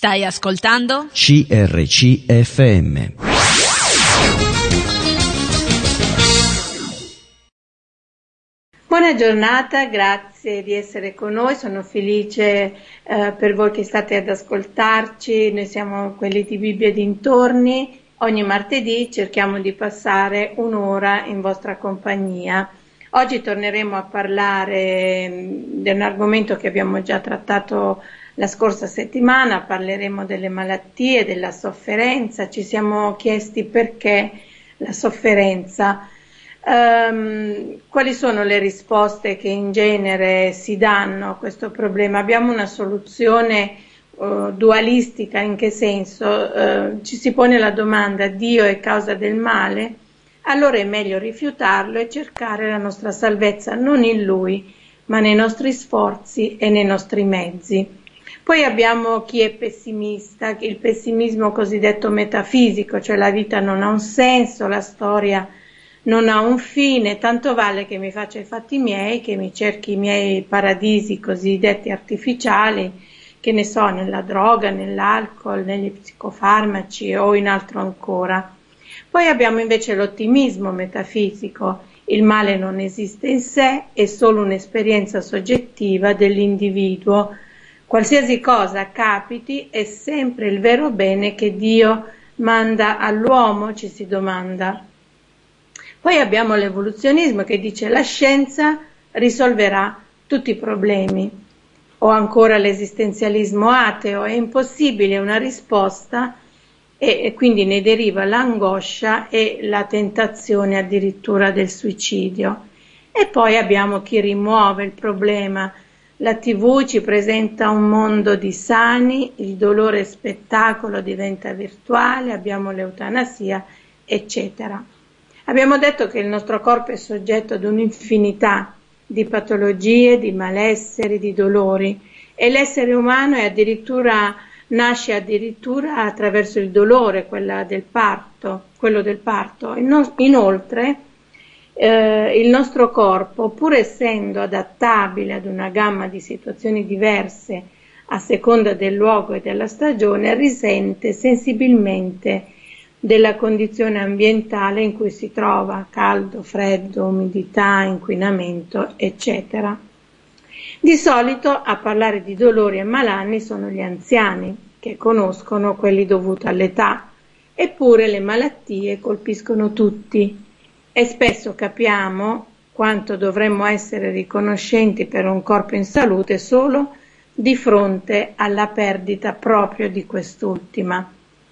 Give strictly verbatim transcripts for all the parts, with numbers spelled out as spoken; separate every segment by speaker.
Speaker 1: Stai ascoltando
Speaker 2: C R C F M.
Speaker 3: Buona giornata, grazie di essere con noi, sono felice eh, per voi che state ad ascoltarci. Noi siamo quelli di Bibbia e dintorni, ogni martedì cerchiamo di passare un'ora in vostra compagnia. Oggi torneremo a parlare di un argomento che abbiamo già trattato la scorsa settimana, parleremo delle malattie, della sofferenza. Ci siamo chiesti perché la sofferenza. Um, quali sono le risposte che in genere si danno a questo problema? Abbiamo una soluzione uh, dualistica, in che senso? Uh, ci si pone la domanda: Dio è causa del male? Allora è meglio rifiutarlo e cercare la nostra salvezza non in Lui, ma nei nostri sforzi e nei nostri mezzi. Poi abbiamo chi è pessimista, il pessimismo cosiddetto metafisico, cioè la vita non ha un senso, la storia non ha un fine, tanto vale che mi faccia i fatti miei, che mi cerchi i miei paradisi cosiddetti artificiali, che ne so, nella droga, nell'alcol, negli psicofarmaci o in altro ancora. Poi abbiamo invece l'ottimismo metafisico: il male non esiste in sé, è solo un'esperienza soggettiva dell'individuo. Qualsiasi cosa capiti è sempre il vero bene che Dio manda all'uomo, ci si domanda. Poi abbiamo l'evoluzionismo che dice la scienza risolverà tutti i problemi, o ancora l'esistenzialismo ateo: è impossibile una risposta, e, e quindi ne deriva l'angoscia e la tentazione addirittura del suicidio. E poi abbiamo chi rimuove il problema: la tivù ci presenta un mondo di sani, il dolore spettacolo diventa virtuale, abbiamo l'eutanasia, eccetera. Abbiamo detto che il nostro corpo è soggetto ad un'infinità di patologie, di malesseri, di dolori, e l'essere umano è addirittura, nasce addirittura attraverso il dolore, quella del parto, quello del parto. Inoltre, eh, il nostro corpo, pur essendo adattabile ad una gamma di situazioni diverse a seconda del luogo e della stagione, risente sensibilmente della condizione ambientale in cui si trova: caldo, freddo, umidità, inquinamento, eccetera. Di solito a parlare di dolori e malanni sono gli anziani, che conoscono quelli dovuti all'età, eppure le malattie colpiscono tutti e spesso capiamo quanto dovremmo essere riconoscenti per un corpo in salute solo di fronte alla perdita proprio di quest'ultima.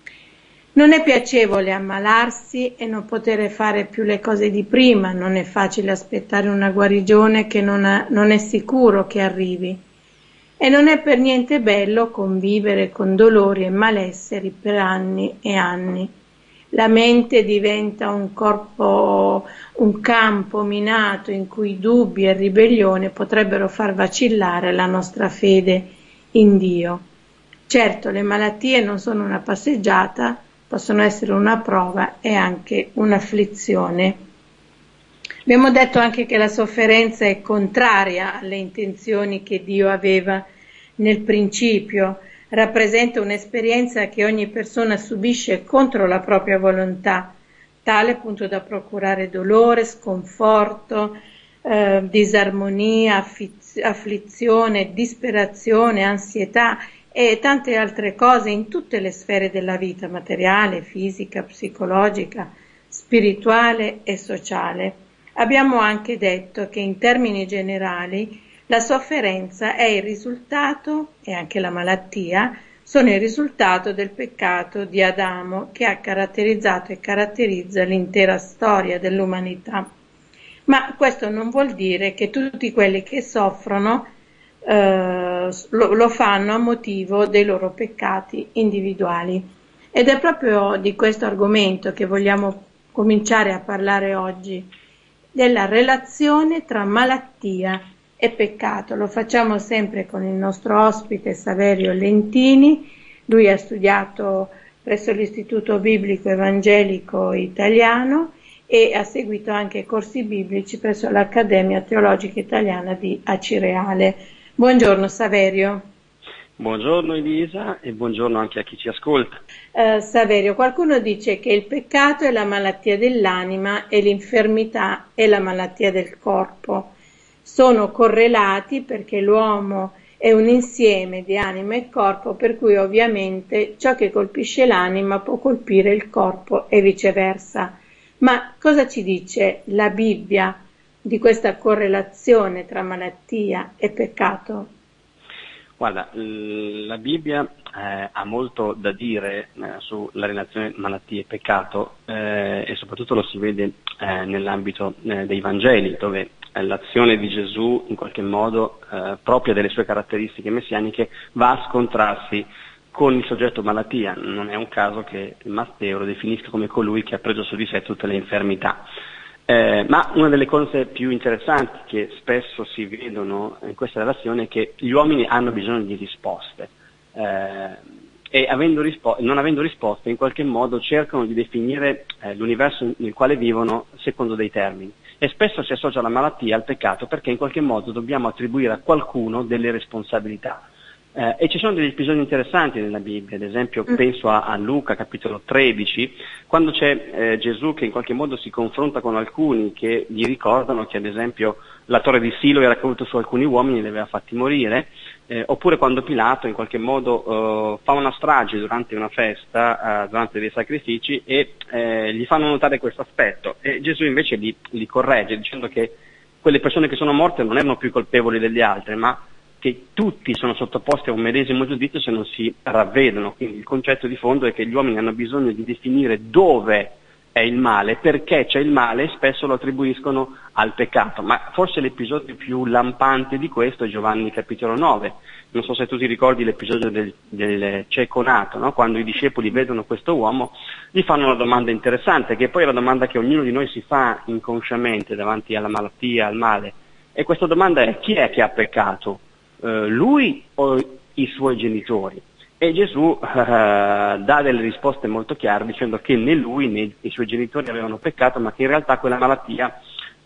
Speaker 3: Non è piacevole ammalarsi e non poter fare più le cose di prima, non è facile aspettare una guarigione che non, ha, non è sicuro che arrivi, e non è per niente bello convivere con dolori e malesseri per anni e anni. La mente diventa un corpo, un campo minato in cui dubbi e ribellione potrebbero far vacillare la nostra fede in Dio. Certo, le malattie non sono una passeggiata, possono essere una prova e anche un'afflizione. Abbiamo detto anche che la sofferenza è contraria alle intenzioni che Dio aveva nel principio, rappresenta un'esperienza che ogni persona subisce contro la propria volontà, tale appunto da procurare dolore, sconforto, eh, disarmonia, affiz- afflizione, disperazione, ansietà e tante altre cose in tutte le sfere della vita: materiale, fisica, psicologica, spirituale e sociale. Abbiamo anche detto che in termini generali la sofferenza è il risultato, e anche la malattia, sono il risultato del peccato di Adamo che ha caratterizzato e caratterizza l'intera storia dell'umanità. Ma questo non vuol dire che tutti quelli che soffrono Uh, lo, lo fanno a motivo dei loro peccati individuali, ed è proprio di questo argomento che vogliamo cominciare a parlare oggi, della relazione tra malattia e peccato. Lo facciamo sempre con il nostro ospite Saverio Lentini. Lui ha studiato presso l'Istituto Biblico Evangelico Italiano e ha seguito anche corsi biblici presso l'Accademia Teologica Italiana di Acireale. Buongiorno Saverio.
Speaker 1: Buongiorno Elisa e buongiorno anche a chi ci ascolta.
Speaker 3: Eh, Saverio, qualcuno dice che il peccato è la malattia dell'anima e l'infermità è la malattia del corpo. Sono correlati perché l'uomo è un insieme di anima e corpo, per cui ovviamente ciò che colpisce l'anima può colpire il corpo e viceversa. Ma cosa ci dice la Bibbia di questa correlazione tra malattia e peccato?
Speaker 1: Guarda, la Bibbia eh, ha molto da dire eh, sulla relazione malattia e peccato eh, e soprattutto lo si vede eh, nell'ambito eh, dei Vangeli, dove eh, l'azione di Gesù in qualche modo, eh, propria delle sue caratteristiche messianiche, va a scontrarsi con il soggetto malattia. Non è un caso che il Matteo lo definisca come colui che ha preso su di sé tutte le infermità. Eh, ma una delle cose più interessanti che spesso si vedono in questa relazione è che gli uomini hanno bisogno di risposte eh, e avendo rispo- non avendo risposte in qualche modo cercano di definire eh, l'universo nel quale vivono secondo dei termini, e spesso si associa la malattia al peccato perché in qualche modo dobbiamo attribuire a qualcuno delle responsabilità. Eh, e ci sono degli episodi interessanti nella Bibbia, ad esempio penso a, a Luca capitolo tredici, quando c'è eh, Gesù che in qualche modo si confronta con alcuni che gli ricordano che ad esempio la torre di Silo era caduta su alcuni uomini e li aveva fatti morire, eh, oppure quando Pilato in qualche modo eh, fa una strage durante una festa, eh, durante dei sacrifici, e eh, gli fanno notare questo aspetto, e Gesù invece li, li corregge dicendo che quelle persone che sono morte non erano più colpevoli degli altri, ma che tutti sono sottoposti a un medesimo giudizio se non si ravvedono. Quindi il concetto di fondo è che gli uomini hanno bisogno di definire dove è il male, perché c'è il male, e spesso lo attribuiscono al peccato. Ma forse l'episodio più lampante di questo è Giovanni capitolo nove. Non so se tu ti ricordi l'episodio del, del cieco nato, no? Quando i discepoli vedono questo uomo, gli fanno una domanda interessante, che poi è la domanda che ognuno di noi si fa inconsciamente davanti alla malattia, al male. E questa domanda è: chi è che ha peccato? Uh, lui o i suoi genitori? E Gesù uh, dà delle risposte molto chiare dicendo che né lui né i suoi genitori avevano peccato, ma che in realtà quella malattia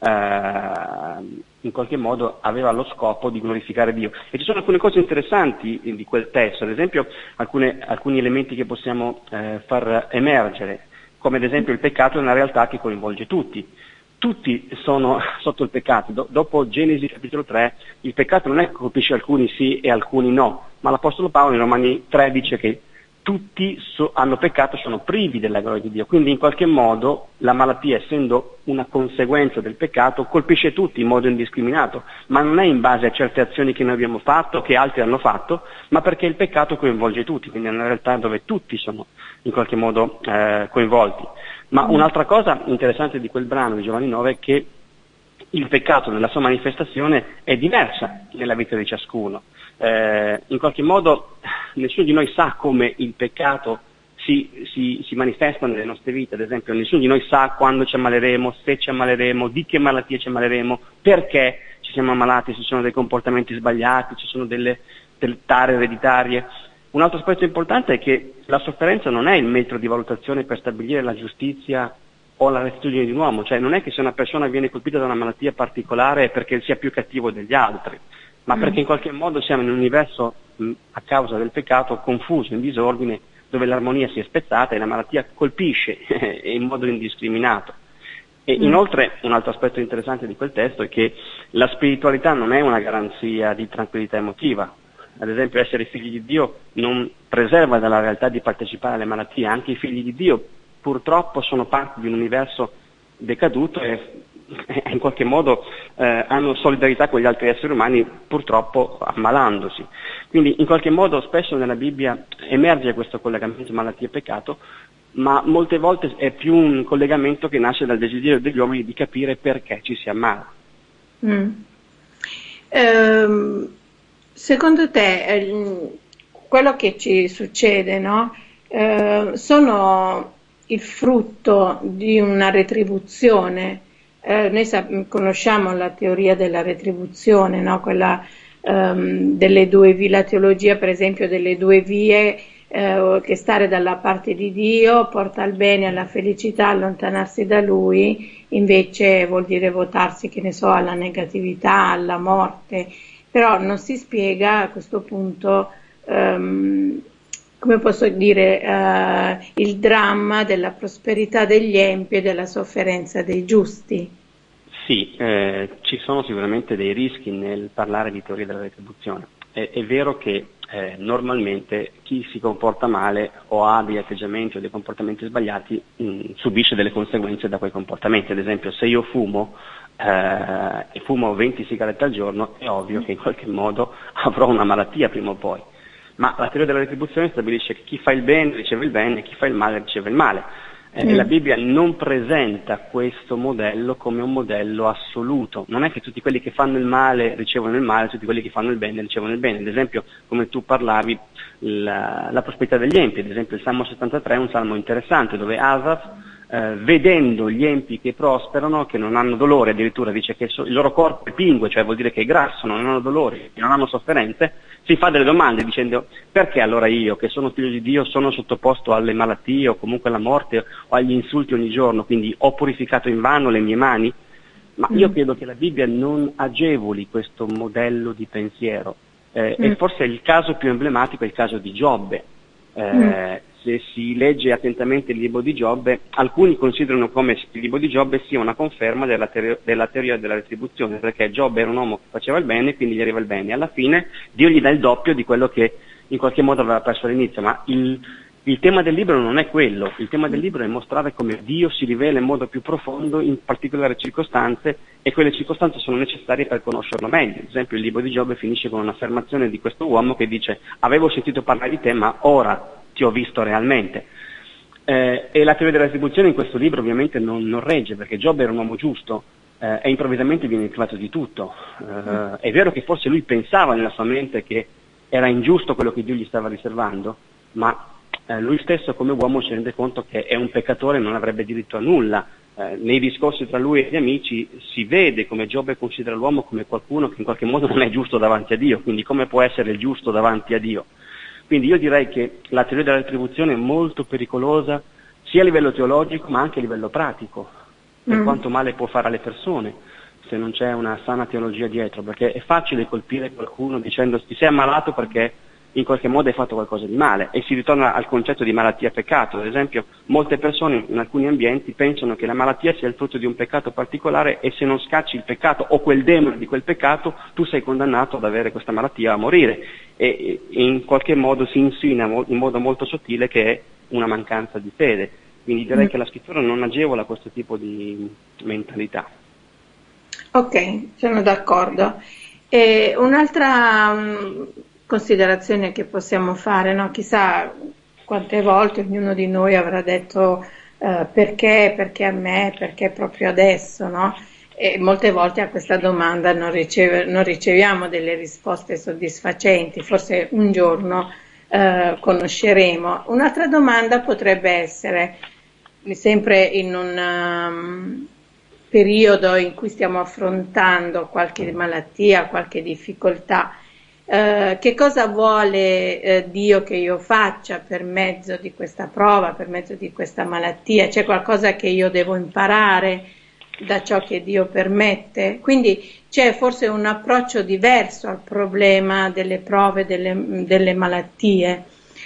Speaker 1: uh, in qualche modo aveva lo scopo di glorificare Dio. E ci sono alcune cose interessanti di quel testo, ad esempio alcune, alcuni elementi che possiamo uh, far emergere, come ad esempio il peccato è una realtà che coinvolge tutti. Tutti sono sotto il peccato. Do- dopo Genesi capitolo tre, il peccato non è che colpisce alcuni sì e alcuni no, ma l'Apostolo Paolo in Romani tre dice che tutti so- hanno peccato, sono privi della gloria di Dio. Quindi in qualche modo la malattia, essendo una conseguenza del peccato, colpisce tutti in modo indiscriminato, ma non è in base a certe azioni che noi abbiamo fatto, che altri hanno fatto, ma perché il peccato coinvolge tutti, quindi è una realtà dove tutti sono in qualche modo eh, coinvolti. Ma un'altra cosa interessante di quel brano di Giovanni nove è che il peccato nella sua manifestazione è diversa nella vita di ciascuno. Eh, in qualche modo nessuno di noi sa come il peccato si, si, si manifesta nelle nostre vite, ad esempio nessuno di noi sa quando ci ammaleremo, se ci ammaleremo, di che malattie ci ammaleremo, perché ci siamo ammalati, se ci sono dei comportamenti sbagliati, ci sono delle, delle tare ereditarie. Un altro aspetto importante è che la sofferenza non è il metro di valutazione per stabilire la giustizia o la rettitudine di un uomo, cioè non è che se una persona viene colpita da una malattia particolare è perché sia più cattivo degli altri, ma mm. perché in qualche modo siamo in un universo mh, a causa del peccato confuso, in disordine, dove l'armonia si è spezzata e la malattia colpisce in modo indiscriminato. E mm. inoltre un altro aspetto interessante di quel testo è che la spiritualità non è una garanzia di tranquillità emotiva. Ad esempio essere figli di Dio non preserva dalla realtà di partecipare alle malattie, anche i figli di Dio purtroppo sono parte di un universo decaduto e, e in qualche modo eh, hanno solidarietà con gli altri esseri umani, purtroppo ammalandosi. Quindi in qualche modo spesso nella Bibbia emerge questo collegamento malattia e peccato, ma molte volte è più un collegamento che nasce dal desiderio degli uomini di capire perché ci si ammala.
Speaker 3: Mm. Um... Secondo te eh, quello che ci succede, no? eh, sono il frutto di una retribuzione? Eh, noi sap- conosciamo la teoria della retribuzione, no? Quella ehm, delle due vie, la teologia per esempio delle due vie, eh, che stare dalla parte di Dio porta al bene, alla felicità, allontanarsi da Lui, invece vuol dire votarsi, che ne so, alla negatività, alla morte. Però non si spiega a questo punto um, come posso dire, uh, il dramma della prosperità degli empi e della sofferenza dei giusti.
Speaker 1: Sì, eh, ci sono sicuramente dei rischi nel parlare di teoria della retribuzione. È, è vero che eh, normalmente chi si comporta male o ha degli atteggiamenti o dei comportamenti sbagliati mh, subisce delle conseguenze da quei comportamenti. Ad esempio, se io fumo eh, e fumo venti sigarette al giorno, è ovvio che in qualche modo avrò una malattia prima o poi. Ma la teoria della retribuzione stabilisce che chi fa il bene riceve il bene e chi fa il male riceve il male. Eh, mm. La Bibbia non presenta questo modello come un modello assoluto. Non è che tutti quelli che fanno il male ricevono il male, tutti quelli che fanno il bene ricevono il bene. Ad esempio, come tu parlavi, la, la prosperità degli empi. Ad esempio, il Salmo settantatré è un salmo interessante dove Asaf, eh, vedendo gli empi che prosperano, che non hanno dolore, addirittura dice che so, il loro corpo è pingue, cioè vuol dire che è grasso, non hanno dolori, non hanno sofferenze, si fa delle domande dicendo: perché allora io, che sono figlio di Dio, sono sottoposto alle malattie o comunque alla morte o agli insulti ogni giorno, quindi ho purificato invano le mie mani? Ma io credo che la Bibbia non agevoli questo modello di pensiero, eh, mm. e forse il caso più emblematico è il caso di Giobbe. Eh, mm. Se si legge attentamente il libro di Giobbe, alcuni considerano come il libro di Giobbe sia una conferma della, teoria, della teoria della retribuzione, perché Giobbe era un uomo che faceva il bene, quindi gli arriva il bene. Alla fine Dio gli dà il doppio di quello che in qualche modo aveva perso all'inizio, ma il, il tema del libro non è quello. Il tema del libro è mostrare come Dio si rivela in modo più profondo in particolari circostanze, e quelle circostanze sono necessarie per conoscerlo meglio. Ad esempio, il libro di Giobbe finisce con un'affermazione di questo uomo che dice: avevo sentito parlare di te, ma ora ti ho visto realmente. Eh, e la teoria della retribuzione in questo libro ovviamente non, non regge, perché Giobbe era un uomo giusto, eh, e improvvisamente viene privato di tutto. Eh, è vero che forse lui pensava nella sua mente che era ingiusto quello che Dio gli stava riservando, ma eh, lui stesso come uomo si rende conto che è un peccatore e non avrebbe diritto a nulla. Eh, nei discorsi tra lui e gli amici si vede come Giobbe considera l'uomo come qualcuno che in qualche modo non è giusto davanti a Dio, quindi come può essere il giusto davanti a Dio? Quindi io direi che la teoria della retribuzione è molto pericolosa sia a livello teologico ma anche a livello pratico, per mm. quanto male può fare alle persone se non c'è una sana teologia dietro, perché è facile colpire qualcuno dicendo: ti sei ammalato perché in qualche modo hai fatto qualcosa di male, e si ritorna al concetto di malattia peccato. Ad esempio, molte persone in alcuni ambienti pensano che la malattia sia il frutto di un peccato particolare, e se non scacci il peccato o quel demone di quel peccato, tu sei condannato ad avere questa malattia, a morire, e, e in qualche modo si insinua in modo molto sottile che è una mancanza di fede. Quindi direi mm. che la scrittura non agevola questo tipo di mentalità.
Speaker 3: Ok, sono d'accordo. E un'altra um, considerazione che possiamo fare, no? Chissà quante volte ognuno di noi avrà detto uh, perché, perché a me, perché proprio adesso, no? E molte volte a questa domanda non, riceve, non riceviamo delle risposte soddisfacenti, forse un giorno uh, conosceremo. Un'altra domanda potrebbe essere, sempre in un um, periodo in cui stiamo affrontando qualche malattia, qualche difficoltà, eh, che cosa vuole eh, Dio che io faccia per mezzo di questa prova, per mezzo di questa malattia? C'è qualcosa che io devo imparare da ciò che Dio permette? Quindi c'è forse un approccio diverso al problema delle prove, delle, delle malattie.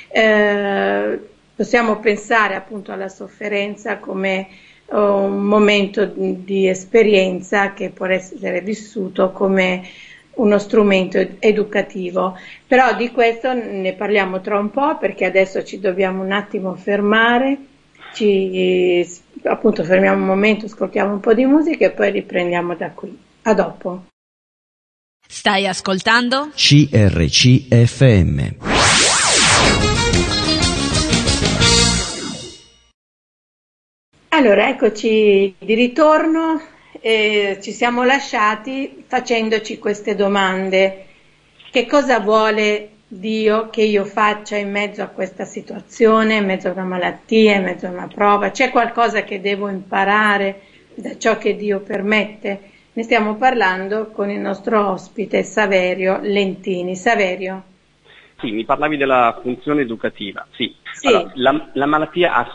Speaker 3: Eh, possiamo pensare appunto alla sofferenza come un momento di esperienza che può essere vissuto come uno strumento educativo, però di questo ne parliamo tra un po', perché adesso ci dobbiamo un attimo fermare, ci appunto fermiamo un momento, ascoltiamo un po' di musica e poi riprendiamo da qui. A dopo.
Speaker 4: Stai ascoltando
Speaker 2: C R C F M.
Speaker 3: Allora, eccoci di ritorno, eh, ci siamo lasciati facendoci queste domande. Che cosa vuole Dio che io faccia in mezzo a questa situazione, in mezzo a una malattia, in mezzo a una prova? C'è qualcosa che devo imparare da ciò che Dio permette? Ne stiamo parlando con il nostro ospite Saverio Lentini. Saverio.
Speaker 1: Sì, mi parlavi della funzione educativa. Sì,
Speaker 3: sì.
Speaker 1: Allora, la, la malattia ha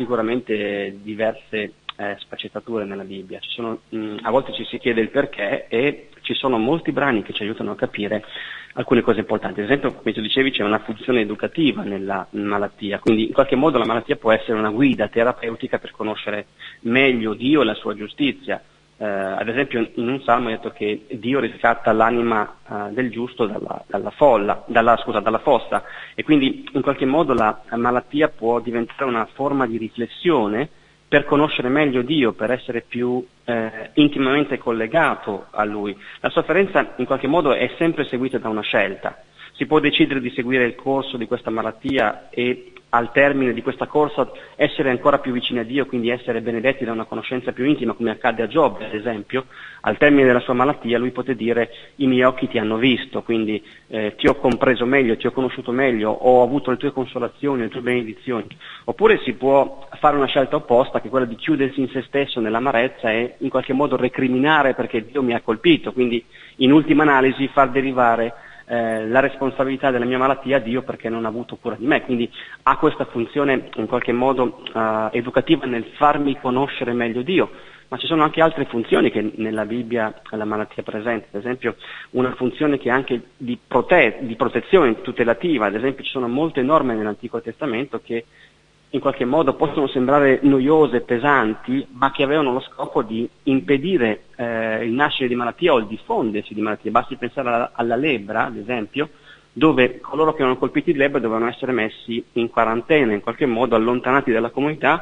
Speaker 1: sicuramente diverse eh, sfaccettature nella Bibbia. Ci sono, mh, a volte ci si chiede il perché, e ci sono molti brani che ci aiutano a capire alcune cose importanti. Ad esempio, come tu dicevi, c'è una funzione educativa nella malattia, quindi in qualche modo la malattia può essere una guida terapeutica per conoscere meglio Dio e la sua giustizia. Eh, ad esempio in un salmo è detto che Dio riscatta l'anima eh, del giusto dalla, dalla folla, dalla, scusa, dalla fossa, e quindi in qualche modo la malattia può diventare una forma di riflessione per conoscere meglio Dio, per essere più eh, intimamente collegato a Lui. La sofferenza in qualche modo è sempre seguita da una scelta. Si può decidere di seguire il corso di questa malattia e al termine di questa corsa essere ancora più vicini a Dio, quindi essere benedetti da una conoscenza più intima, come accade a Giobbe ad esempio. Al termine della sua malattia lui poté dire: i miei occhi ti hanno visto, quindi eh, ti ho compreso meglio, ti ho conosciuto meglio, ho avuto le tue consolazioni, le tue benedizioni. Oppure si può fare una scelta opposta, che è quella di chiudersi in se stesso nell'amarezza e in qualche modo recriminare perché Dio mi ha colpito, quindi in ultima analisi far derivare Eh, la responsabilità della mia malattia a Dio perché non ha avuto cura di me, quindi ha questa funzione in qualche modo eh, educativa nel farmi conoscere meglio Dio. Ma ci sono anche altre funzioni che nella Bibbia la malattia presenta, ad esempio una funzione che è anche di, prote- di protezione tutelativa. Ad esempio ci sono molte norme nell'Antico Testamento che in qualche modo possono sembrare noiose, pesanti, ma che avevano lo scopo di impedire eh, il nascere di malattia o il diffondersi di malattie. Basti pensare alla, alla lebbra, ad esempio, dove coloro che erano colpiti di lebbra dovevano essere messi in quarantena, in qualche modo allontanati dalla comunità,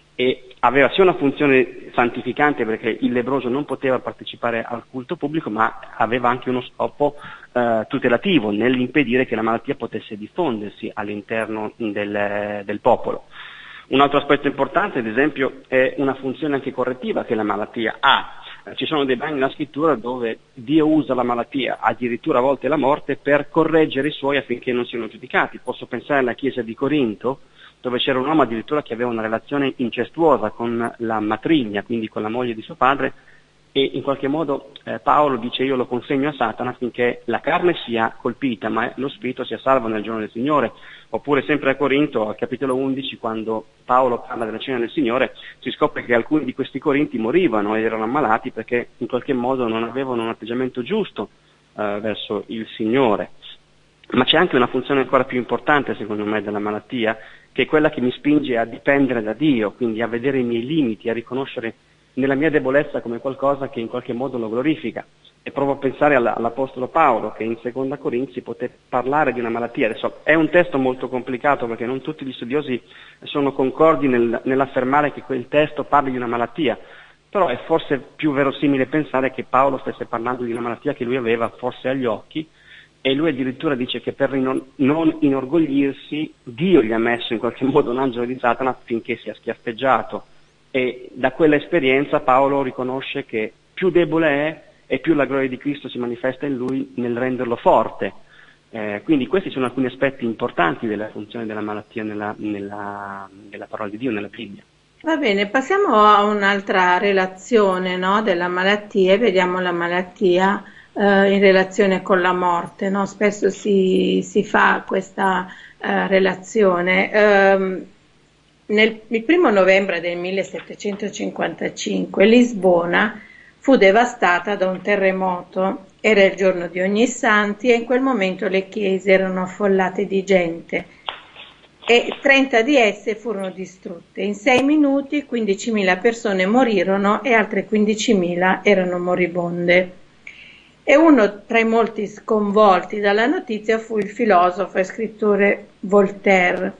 Speaker 1: e aveva sia una funzione santificante perché il lebbroso non poteva partecipare al culto pubblico, ma aveva anche uno scopo eh, tutelativo nell'impedire che la malattia potesse diffondersi all'interno del, del popolo. Un altro aspetto importante, ad esempio, è una funzione anche correttiva che la malattia ha. Eh, ci sono dei brani nella scrittura dove Dio usa la malattia, addirittura a volte la morte, per correggere i suoi affinché non siano giudicati. Posso pensare alla chiesa di Corinto, dove c'era un uomo addirittura che aveva una relazione incestuosa con la matrigna, quindi con la moglie di suo padre, e in qualche modo eh, Paolo dice: io lo consegno a Satana affinché la carne sia colpita ma lo spirito sia salvo nel giorno del Signore. Oppure sempre a Corinto, al capitolo undici, quando Paolo parla della cena del Signore, si scopre che alcuni di questi corinti morivano ed erano ammalati perché in qualche modo non avevano un atteggiamento giusto eh, verso il Signore. Ma c'è anche una funzione ancora più importante, secondo me, della malattia, che è quella che mi spinge a dipendere da Dio, quindi a vedere i miei limiti, a riconoscere nella mia debolezza come qualcosa che in qualche modo lo glorifica. E provo a pensare all'Apostolo Paolo, che in Seconda Corinzi poté parlare di una malattia. Adesso è un testo molto complicato perché non tutti gli studiosi sono concordi nel, nell'affermare che quel testo parli di una malattia, però è forse più verosimile pensare che Paolo stesse parlando di una malattia che lui aveva forse agli occhi, e lui addirittura dice che per non, non inorgoglirsi Dio gli ha messo in qualche modo un angelo di Satana affinché sia schiaffeggiato, e da quell'esperienza Paolo riconosce che più debole è e più la gloria di Cristo si manifesta in lui nel renderlo forte. Eh, quindi questi sono alcuni aspetti importanti della funzione della malattia nella, nella, nella parola di Dio, nella Bibbia.
Speaker 3: Va bene, passiamo a un'altra relazione, no, della malattia, e vediamo la malattia eh, in relazione con la morte, no? Spesso si, si fa questa eh, relazione. Um, nel, il primo novembre del millesettecentocinquantacinque Lisbona fu devastata da un terremoto. Era il giorno di Ognissanti e in quel momento le chiese erano affollate di gente e trenta di esse furono distrutte. In sei minuti quindicimila persone morirono e altre quindicimila erano moribonde. E uno tra i molti sconvolti dalla notizia fu il filosofo e scrittore Voltaire.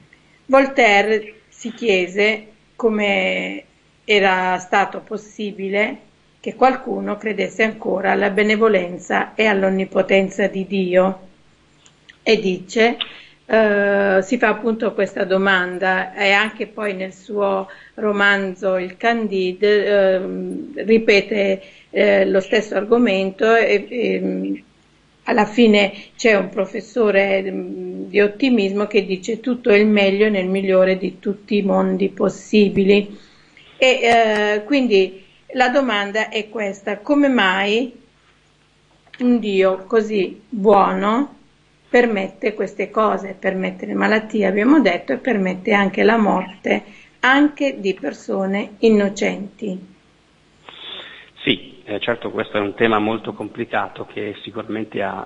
Speaker 3: Voltaire si chiese come era stato possibile che qualcuno credesse ancora alla benevolenza e all'onnipotenza di Dio, e dice, eh, si fa appunto questa domanda, e anche poi nel suo romanzo Il Candide eh, ripete eh, lo stesso argomento, e, e alla fine c'è un professore di ottimismo che dice: tutto è il meglio nel migliore di tutti i mondi possibili. E eh, quindi la domanda è questa: come mai un Dio così buono permette queste cose, permette le malattie, abbiamo detto, e permette anche la morte anche di persone innocenti?
Speaker 1: Sì, eh, certo questo è un tema molto complicato che sicuramente ha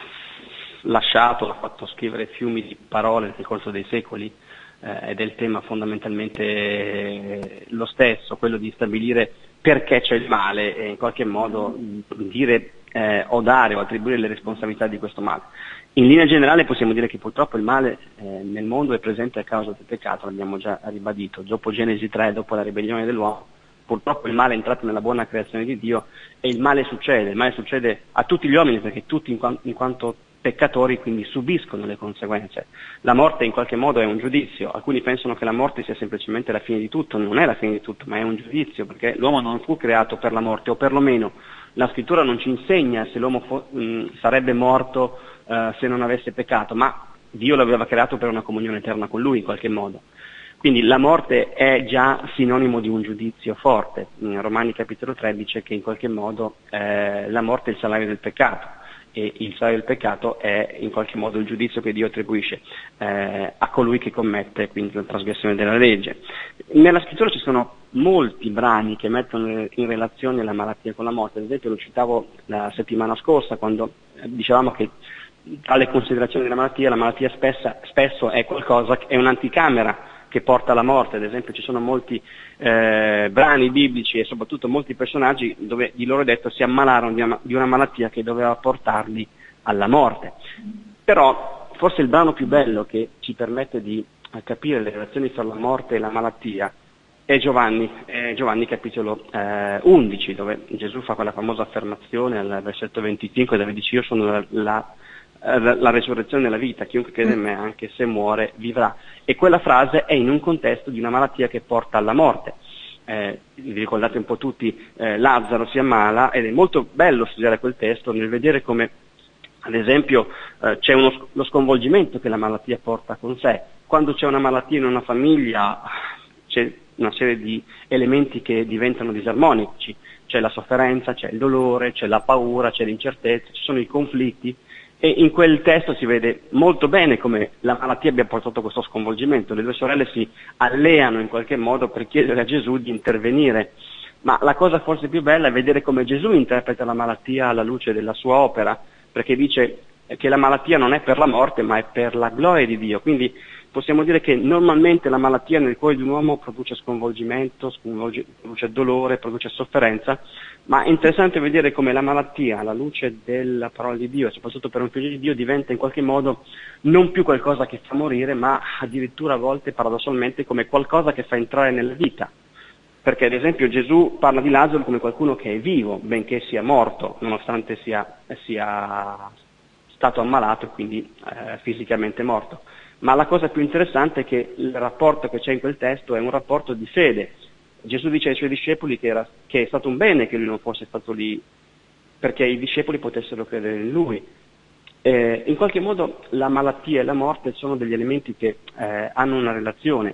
Speaker 1: lasciato, ha fatto scrivere fiumi di parole nel corso dei secoli, eh, ed è il tema fondamentalmente eh, lo stesso, quello di stabilire perché c'è il male e in qualche modo dire eh, o dare o attribuire le responsabilità di questo male. In linea generale possiamo dire che purtroppo il male eh, nel mondo è presente a causa del peccato, l'abbiamo già ribadito, dopo Genesi tre, dopo la ribellione dell'uomo, purtroppo il male è entrato nella buona creazione di Dio e il male succede, il male succede a tutti gli uomini perché tutti in, qu- in quanto peccatori quindi subiscono le conseguenze. La morte in qualche modo è un giudizio, alcuni pensano che la morte sia semplicemente la fine di tutto, non è la fine di tutto, ma è un giudizio, perché l'uomo non fu creato per la morte, o perlomeno la scrittura non ci insegna se l'uomo fo- mh, sarebbe morto uh, se non avesse peccato, ma Dio l'aveva creato per una comunione eterna con lui in qualche modo. Quindi la morte è già sinonimo di un giudizio forte. In Romani capitolo tre dice che in qualche modo eh, la morte è il salario del peccato, e il salario del peccato è in qualche modo il giudizio che Dio attribuisce eh, a colui che commette quindi la trasgressione della legge. Nella scrittura ci sono molti brani che mettono in relazione la malattia con la morte, ad esempio lo citavo la settimana scorsa quando dicevamo che alle considerazioni della malattia, la malattia spessa, spesso è qualcosa, è un'anticamera che porta alla morte. Ad esempio ci sono molti eh, brani biblici e soprattutto molti personaggi dove di loro detto si ammalarono di una, di una malattia che doveva portarli alla morte. Però forse il brano più bello che ci permette di capire le relazioni tra la morte e la malattia è Giovanni, è Giovanni capitolo eh, undici, dove Gesù fa quella famosa affermazione al versetto venticinque dove dice: io sono la, la la resurrezione della vita, chiunque crede in me anche se muore vivrà. E quella frase è in un contesto di una malattia che porta alla morte. Eh, vi ricordate un po' tutti, eh, Lazzaro si ammala ed è molto bello studiare quel testo nel vedere come ad esempio eh, c'è uno, lo sconvolgimento che la malattia porta con sé. Quando c'è una malattia in una famiglia c'è una serie di elementi che diventano disarmonici, c'è la sofferenza, c'è il dolore, c'è la paura, c'è l'incertezza, ci sono i conflitti. E in quel testo si vede molto bene come la malattia abbia portato questo sconvolgimento. Le due sorelle si alleano in qualche modo per chiedere a Gesù di intervenire, ma la cosa forse più bella è vedere come Gesù interpreta la malattia alla luce della sua opera, perché dice che la malattia non è per la morte ma è per la gloria di Dio. Quindi possiamo dire che normalmente la malattia nel cuore di un uomo produce sconvolgimento, sconvolge, produce dolore, produce sofferenza, ma è interessante vedere come la malattia, alla luce della parola di Dio, e soprattutto per un figlio di Dio, diventa in qualche modo non più qualcosa che fa morire, ma addirittura a volte paradossalmente come qualcosa che fa entrare nella vita. Perché ad esempio Gesù parla di Lazzaro come qualcuno che è vivo, benché sia morto, nonostante sia, sia stato ammalato e quindi eh, fisicamente morto. Ma la cosa più interessante è che il rapporto che c'è in quel testo è un rapporto di fede. Gesù dice ai suoi discepoli che, era, che è stato un bene che lui non fosse stato lì, perché i discepoli potessero credere in lui. Eh, in qualche modo la malattia e la morte sono degli elementi che eh, hanno una relazione.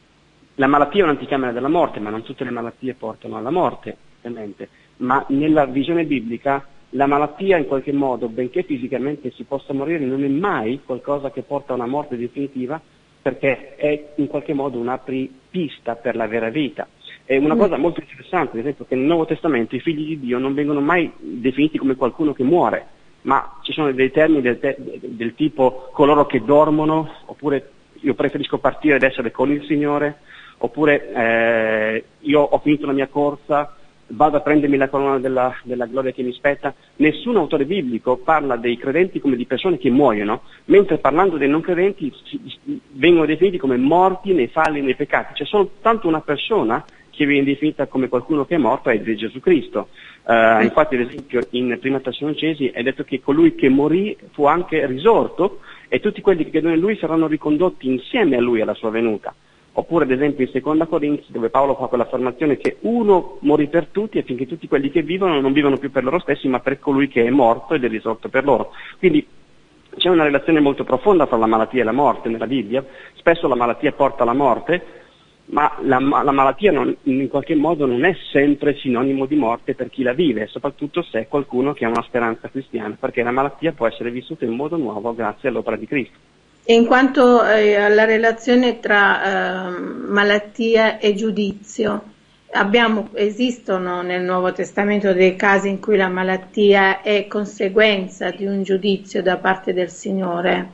Speaker 1: La malattia è un'anticamera della morte, ma non tutte le malattie portano alla morte, ovviamente. Ma nella visione biblica la malattia in qualche modo, benché fisicamente si possa morire, non è mai qualcosa che porta a una morte definitiva, perché è in qualche modo un'apripista per la vera vita. È una cosa molto interessante, ad esempio, che nel Nuovo Testamento i figli di Dio non vengono mai definiti come qualcuno che muore, ma ci sono dei termini del, te- del tipo coloro che dormono, oppure io preferisco partire ed essere con il Signore, oppure eh, io ho finito la mia corsa, vado a prendermi la corona della, della gloria che mi spetta. Nessun autore biblico parla dei credenti come di persone che muoiono, mentre parlando dei non credenti vengono definiti come morti nei falli e nei peccati. C'è soltanto una persona che viene definita come qualcuno che è morto, è di Gesù Cristo. Uh, infatti ad esempio in Prima Tessalonicesi è detto che colui che morì fu anche risorto e tutti quelli che credono in lui saranno ricondotti insieme a lui alla sua venuta. Oppure ad esempio in Seconda Corinzi, dove Paolo fa quell'affermazione che uno morì per tutti affinché tutti quelli che vivono non vivono più per loro stessi ma per colui che è morto ed è risorto per loro. Quindi c'è una relazione molto profonda tra la malattia e la morte nella Bibbia. Spesso la malattia porta alla morte, ma la, la malattia non, in qualche modo non è sempre sinonimo di morte per chi la vive, soprattutto se è qualcuno che ha una speranza cristiana, perché la malattia può essere vissuta in modo nuovo grazie all'opera di Cristo.
Speaker 3: E in quanto eh, alla relazione tra eh, malattia e giudizio, abbiamo, esistono nel Nuovo Testamento dei casi in cui la malattia è conseguenza di un giudizio da parte del Signore?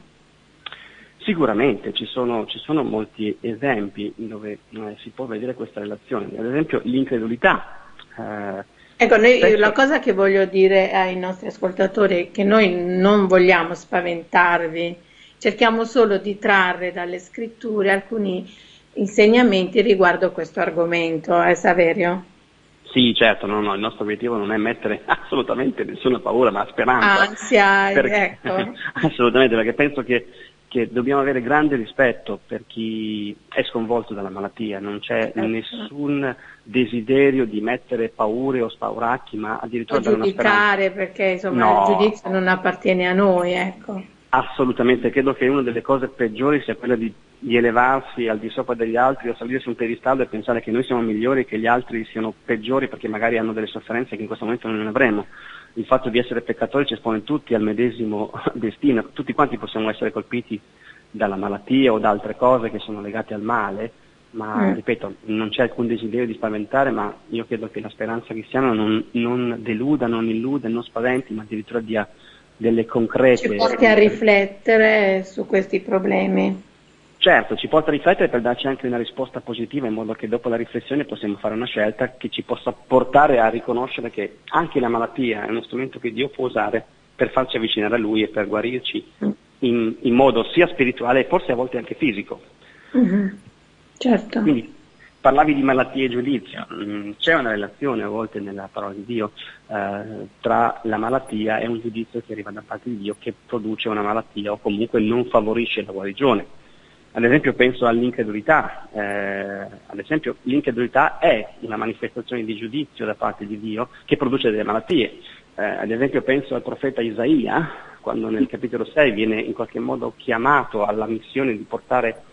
Speaker 1: Sicuramente, ci sono, ci sono molti esempi dove eh, si può vedere questa relazione, ad esempio l'incredulità. Eh,
Speaker 3: ecco, noi,
Speaker 1: spesso...
Speaker 3: la cosa che voglio dire ai nostri ascoltatori è che noi non vogliamo spaventarvi, cerchiamo solo di trarre dalle scritture alcuni insegnamenti riguardo questo argomento, eh Saverio?
Speaker 1: Sì, certo, no, no, il nostro obiettivo non è mettere assolutamente nessuna paura, ma speranza.
Speaker 3: Ansia,
Speaker 1: perché,
Speaker 3: ecco.
Speaker 1: Assolutamente, perché penso che, che dobbiamo avere grande rispetto per chi è sconvolto dalla malattia, non c'è
Speaker 3: Certo.
Speaker 1: nessun desiderio di mettere paure o spauracchi, ma addirittura
Speaker 3: O
Speaker 1: dare una speranza.
Speaker 3: giudicare, perché insomma
Speaker 1: No.
Speaker 3: il giudizio non appartiene a noi, ecco.
Speaker 1: Assolutamente, credo che una delle cose peggiori sia quella di, di elevarsi al di sopra degli altri o salire su un piedistallo e pensare che noi siamo migliori e che gli altri siano peggiori perché magari hanno delle sofferenze che in questo momento non ne avremo. Il fatto di essere peccatori ci espone tutti al medesimo destino, tutti quanti possiamo essere colpiti dalla malattia o da altre cose che sono legate al male, ma
Speaker 3: Mm.
Speaker 1: ripeto, non c'è alcun desiderio di spaventare, ma io credo che la speranza cristiana non, non deluda, non illuda, non spaventi, ma addirittura dia delle concrete...
Speaker 3: Ci porti a riflettere su questi problemi.
Speaker 1: Certo, ci porta a riflettere per darci anche una risposta positiva, in modo che dopo la riflessione possiamo fare una scelta che ci possa portare a riconoscere che anche la malattia è uno strumento che Dio può usare per farci avvicinare a Lui e per guarirci in, in modo sia spirituale e forse a volte anche fisico.
Speaker 3: Mm-hmm. Certo.
Speaker 1: Quindi parlavi di malattia e giudizio, c'è una relazione a volte nella parola di Dio eh, tra la malattia e un giudizio che arriva da parte di Dio che produce una malattia o comunque non favorisce la guarigione. Ad esempio penso all'incredulità, eh, ad esempio l'incredulità è una manifestazione di giudizio da parte di Dio che produce delle malattie. Eh, ad esempio penso al profeta Isaia, quando nel capitolo sei viene in qualche modo chiamato alla missione di portare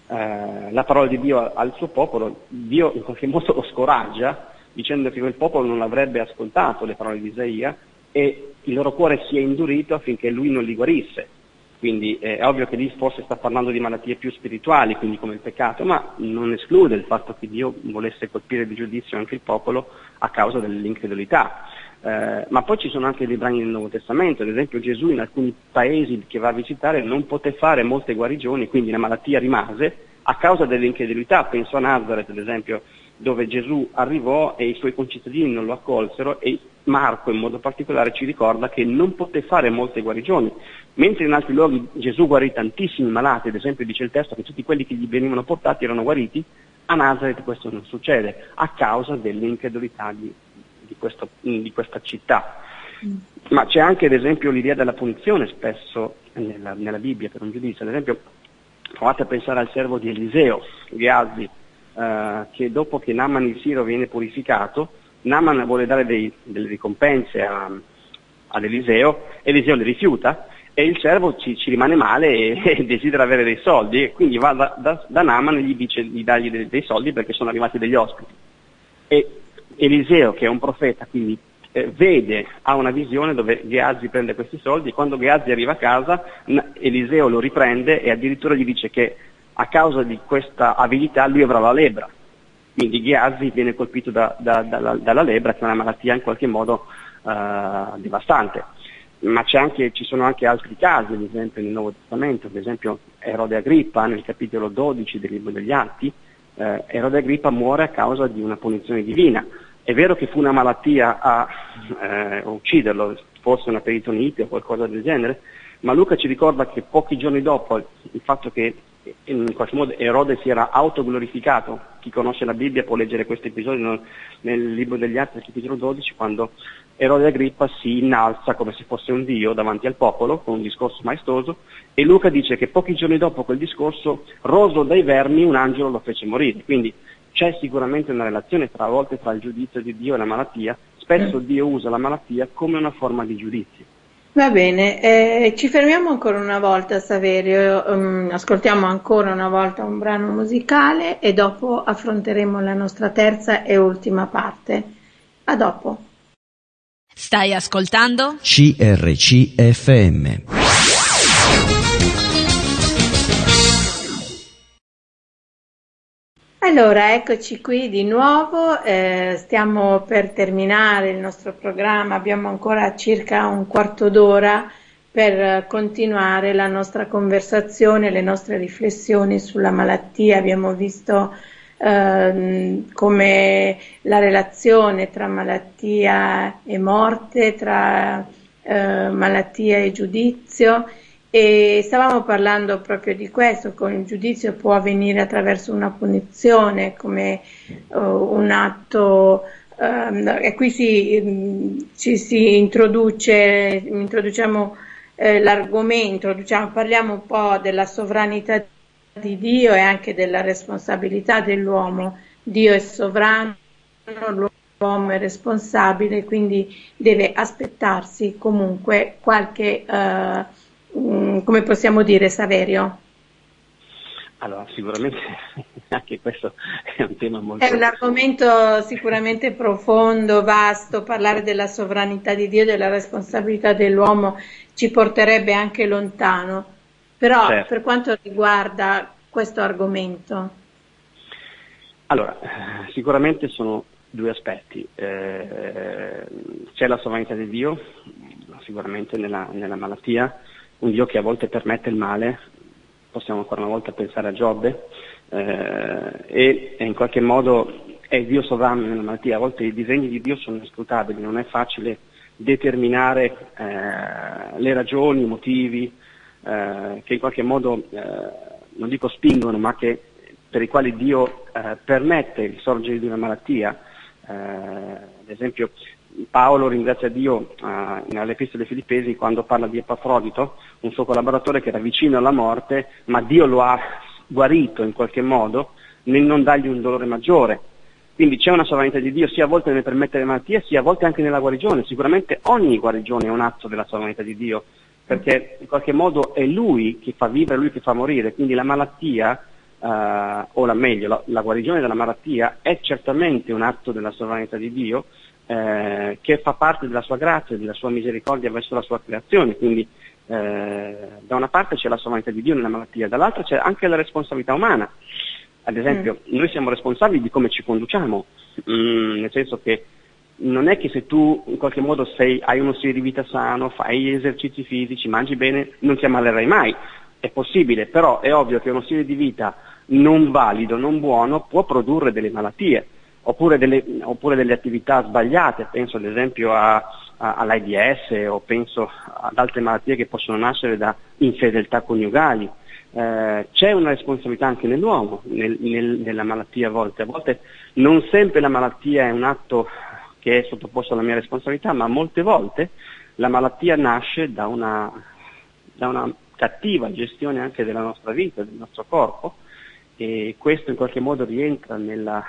Speaker 1: Uh, la parola di Dio al suo popolo, Dio in qualche modo lo scoraggia dicendo che quel popolo non avrebbe ascoltato le parole di Isaia e il loro cuore si è indurito affinché lui non li guarisse. Quindi è ovvio che lì forse sta parlando di malattie più spirituali, quindi come il peccato, ma non esclude il fatto che Dio volesse colpire di giudizio anche il popolo a causa dell'incredulità. Uh, ma poi ci sono anche dei brani del Nuovo Testamento, ad esempio Gesù in alcuni paesi che va a visitare non poté fare molte guarigioni, quindi la malattia rimase a causa dell'incredulità. Penso a Nazareth, ad esempio, dove Gesù arrivò e i suoi concittadini non lo accolsero, e Marco in modo particolare ci ricorda che non poté fare molte guarigioni, mentre in altri luoghi Gesù guarì tantissimi malati. Ad esempio dice il testo che tutti quelli che gli venivano portati erano guariti. A Nazareth questo non succede a causa dell'incredulità di Di, questo, di questa città. Mm. Ma c'è anche ad esempio l'idea della punizione spesso nella, nella Bibbia per un giudizio. Ad esempio provate a pensare al servo di Eliseo, Gehazi, eh, che dopo che Naaman il Siro viene purificato, Naaman vuole dare dei, delle ricompense a, ad Eliseo, Eliseo le rifiuta e il servo ci, ci rimane male e, e desidera avere dei soldi, e quindi va da, da, da Naaman e gli dice di dargli dei, dei soldi perché sono arrivati degli ospiti. E Eliseo, che è un profeta, quindi eh, vede, ha una visione dove Gehazi prende questi soldi, e quando Gehazi arriva a casa n- Eliseo lo riprende e addirittura gli dice che a causa di questa abilità lui avrà la lebbra. Quindi Gehazi viene colpito da, da, da, dalla lebbra, che è una malattia in qualche modo uh, devastante. Ma c'è anche, ci sono anche altri casi, ad esempio nel Nuovo Testamento, ad esempio Erode Agrippa nel capitolo dodici del libro degli Atti. eh, Erode Agrippa muore a causa di una punizione divina. È vero che fu una malattia a eh, ucciderlo, forse una peritonite o qualcosa del genere, ma Luca ci ricorda che pochi giorni dopo il fatto che in qualche modo Erode si era autoglorificato, chi conosce la Bibbia può leggere questo episodio nel libro degli Atti, capitolo dodici, quando Erode Agrippa si innalza come se fosse un dio davanti al popolo con un discorso maestoso, e Luca dice che pochi giorni dopo quel discorso, roso dai vermi, un angelo lo fece morire. Quindi c'è sicuramente una relazione tra a volte tra il giudizio di Dio e la malattia. Spesso Dio usa la malattia come una forma di giudizio.
Speaker 3: Va bene, eh, ci fermiamo ancora una volta, Saverio, um, ascoltiamo ancora una volta un brano musicale e dopo affronteremo la nostra terza e ultima parte. A dopo.
Speaker 4: Stai ascoltando?
Speaker 2: C R C F M.
Speaker 3: Allora, eccoci qui di nuovo, eh, stiamo per terminare il nostro programma, abbiamo ancora circa un quarto d'ora per continuare la nostra conversazione, le nostre riflessioni sulla malattia. Abbiamo visto eh, come la relazione tra malattia e morte, tra eh, malattia e giudizio. E stavamo parlando proprio di questo, come il giudizio può avvenire attraverso una punizione, come uh, un atto, um, e qui si, um, ci si introduce, introduciamo eh, l'argomento, introduciamo, parliamo un po' della sovranità di Dio e anche della responsabilità dell'uomo. Dio è sovrano, l'uomo è responsabile, quindi deve aspettarsi comunque qualche... Uh, come possiamo dire, Saverio?
Speaker 1: Allora, sicuramente anche questo è un tema molto...
Speaker 3: È un argomento sicuramente profondo, vasto. Parlare della sovranità di Dio e della responsabilità dell'uomo ci porterebbe anche lontano. Però, certo, per quanto riguarda questo argomento?
Speaker 1: Allora, sicuramente sono due aspetti. Eh, c'è la sovranità di Dio, sicuramente nella, nella malattia, un Dio che a volte permette il male, possiamo ancora una volta pensare a Giobbe, eh, e, e in qualche modo è Dio sovrano nella malattia. A volte i disegni di Dio sono inscrutabili, non è facile determinare eh, le ragioni, i motivi eh, che in qualche modo, eh, non dico spingono, ma che, per i quali Dio eh, permette il sorgere di una malattia. Eh, ad esempio, Paolo ringrazia Dio uh, nell'Epistola ai Filippesi quando parla di Epafrodito, un suo collaboratore che era vicino alla morte, ma Dio lo ha guarito in qualche modo nel non dargli un dolore maggiore. Quindi c'è una sovranità di Dio sia a volte nel permettere malattie, sia a volte anche nella guarigione. Sicuramente ogni guarigione è un atto della sovranità di Dio, perché in qualche modo è Lui che fa vivere, Lui che fa morire. Quindi la malattia, uh, o la meglio, la, la guarigione della malattia è certamente un atto della sovranità di Dio, Eh, che fa parte della sua grazia, della sua misericordia verso la sua creazione. Quindi eh, da una parte c'è la sovranità di Dio nella malattia, dall'altra c'è anche la responsabilità umana. Ad esempio, mm. noi siamo responsabili di come ci conduciamo, mm, nel senso che non è che se tu in qualche modo sei, hai uno stile di vita sano, fai gli esercizi fisici, mangi bene, non ti ammalerai mai. È possibile, però è ovvio che uno stile di vita non valido, non buono, può produrre delle malattie. Oppure delle, oppure delle attività sbagliate, penso ad esempio a, a, all'AIDS o penso ad altre malattie che possono nascere da infedeltà coniugali. Eh, c'è una responsabilità anche nell'uomo, nel, nel, nella malattia a volte. A volte non sempre la malattia è un atto che è sottoposto alla mia responsabilità, ma molte volte la malattia nasce da una, da una cattiva gestione anche della nostra vita, del nostro corpo, e questo in qualche modo rientra nella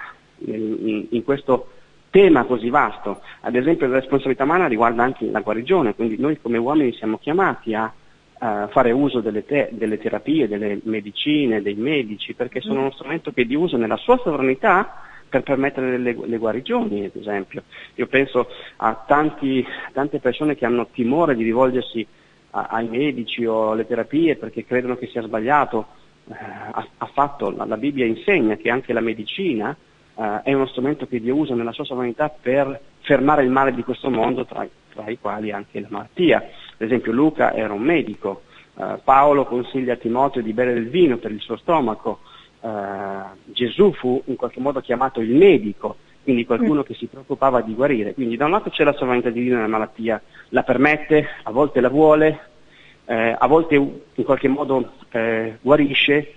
Speaker 1: in questo tema così vasto. Ad esempio la responsabilità umana riguarda anche la guarigione, quindi noi come uomini siamo chiamati a uh, fare uso delle, te- delle terapie, delle medicine, dei medici, perché sono uno strumento che Dio usa nella sua sovranità per permettere le, le guarigioni. Ad esempio io penso a tanti, tante persone che hanno timore di rivolgersi a, ai medici o alle terapie perché credono che sia sbagliato. Uh, ha, ha fatto, la, la Bibbia insegna che anche la medicina Uh, è uno strumento che Dio usa nella sua sovranità per fermare il male di questo mondo, tra, tra i quali anche la malattia. Ad esempio Luca era un medico, uh, Paolo consiglia a Timoteo di bere del vino per il suo stomaco, uh, Gesù fu in qualche modo chiamato il medico, quindi qualcuno che si preoccupava di guarire. Quindi da un lato c'è la sovranità di Dio nella malattia, la permette, a volte la vuole, eh, a volte in qualche modo eh, guarisce,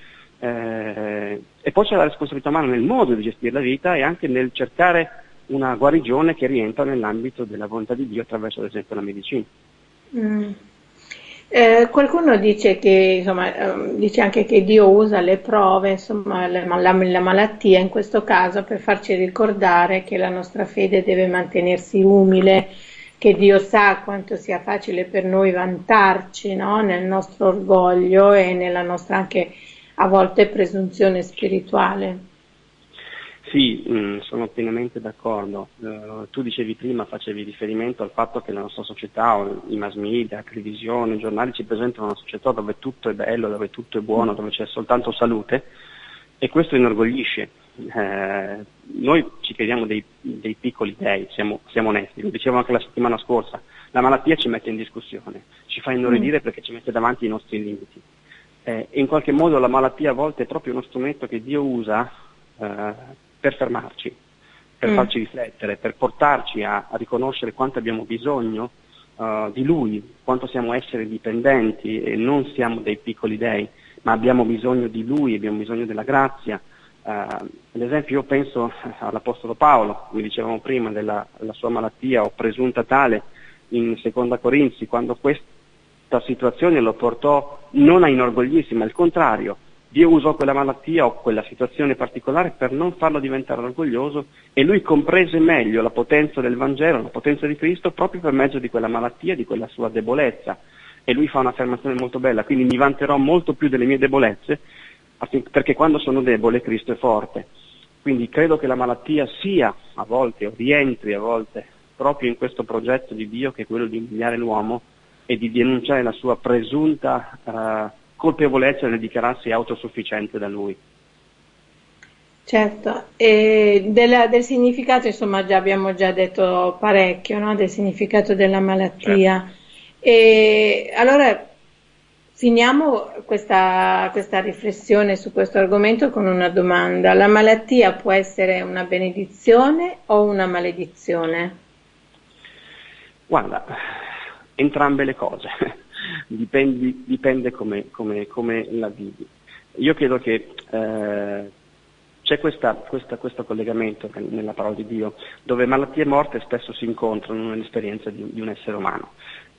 Speaker 1: Eh, e poi c'è la responsabilità umana nel modo di gestire la vita e anche nel cercare una guarigione che rientra nell'ambito della volontà di Dio attraverso ad esempio la medicina.
Speaker 3: Mm. Eh, qualcuno dice che, insomma, eh, dice anche che Dio usa le prove, insomma, la, la, la malattia in questo caso per farci ricordare che la nostra fede deve mantenersi umile, che Dio sa quanto sia facile per noi vantarci, no? Nel nostro orgoglio e nella nostra anche a volte presunzione spirituale.
Speaker 1: Sì, mh, sono pienamente d'accordo. Uh, tu dicevi prima, facevi riferimento al fatto che la nostra società, o i mass media, la televisione, i giornali ci presentano una società dove tutto è bello, dove tutto è buono, dove c'è soltanto salute, e questo inorgoglisce. Eh, noi ci crediamo dei, dei piccoli dei, siamo, siamo onesti, lo dicevo anche la settimana scorsa, la malattia ci mette in discussione, ci fa inorridire mm. perché ci mette davanti i nostri limiti. Eh, e in qualche modo la malattia a volte è proprio uno strumento che Dio usa eh, per fermarci, per mm. farci riflettere, per portarci a, a riconoscere quanto abbiamo bisogno uh, di Lui, quanto siamo esseri dipendenti e non siamo dei piccoli dei, ma abbiamo bisogno di Lui, abbiamo bisogno della grazia. Uh, ad esempio io penso all'Apostolo Paolo, come dicevamo prima, della, della sua malattia o presunta tale in Seconda Corinzi, quando questa situazione lo portò non a inorgoglirsi, ma al contrario, Dio usò quella malattia o quella situazione particolare per non farlo diventare orgoglioso, e lui comprese meglio la potenza del Vangelo, la potenza di Cristo, proprio per mezzo di quella malattia, di quella sua debolezza. E lui fa un'affermazione molto bella: quindi mi vanterò molto più delle mie debolezze, perché quando sono debole Cristo è forte. Quindi credo che la malattia sia a volte, o rientri a volte, proprio in questo progetto di Dio, che è quello di umiliare l'uomo e di denunciare la sua presunta uh, colpevolezza nel dichiararsi autosufficiente da Lui.
Speaker 3: Certo, e della, del significato, insomma, già abbiamo già detto parecchio, no? Del significato della malattia. Certo. E allora finiamo questa, questa riflessione su questo argomento con una domanda: la malattia può essere una benedizione o una maledizione?
Speaker 1: Guarda, entrambe le cose, dipende, dipende come, come, come la vivi. Io credo che eh, c'è questa, questa, questo collegamento nella parola di Dio, dove malattia e morte spesso si incontrano nell'esperienza di, di un essere umano.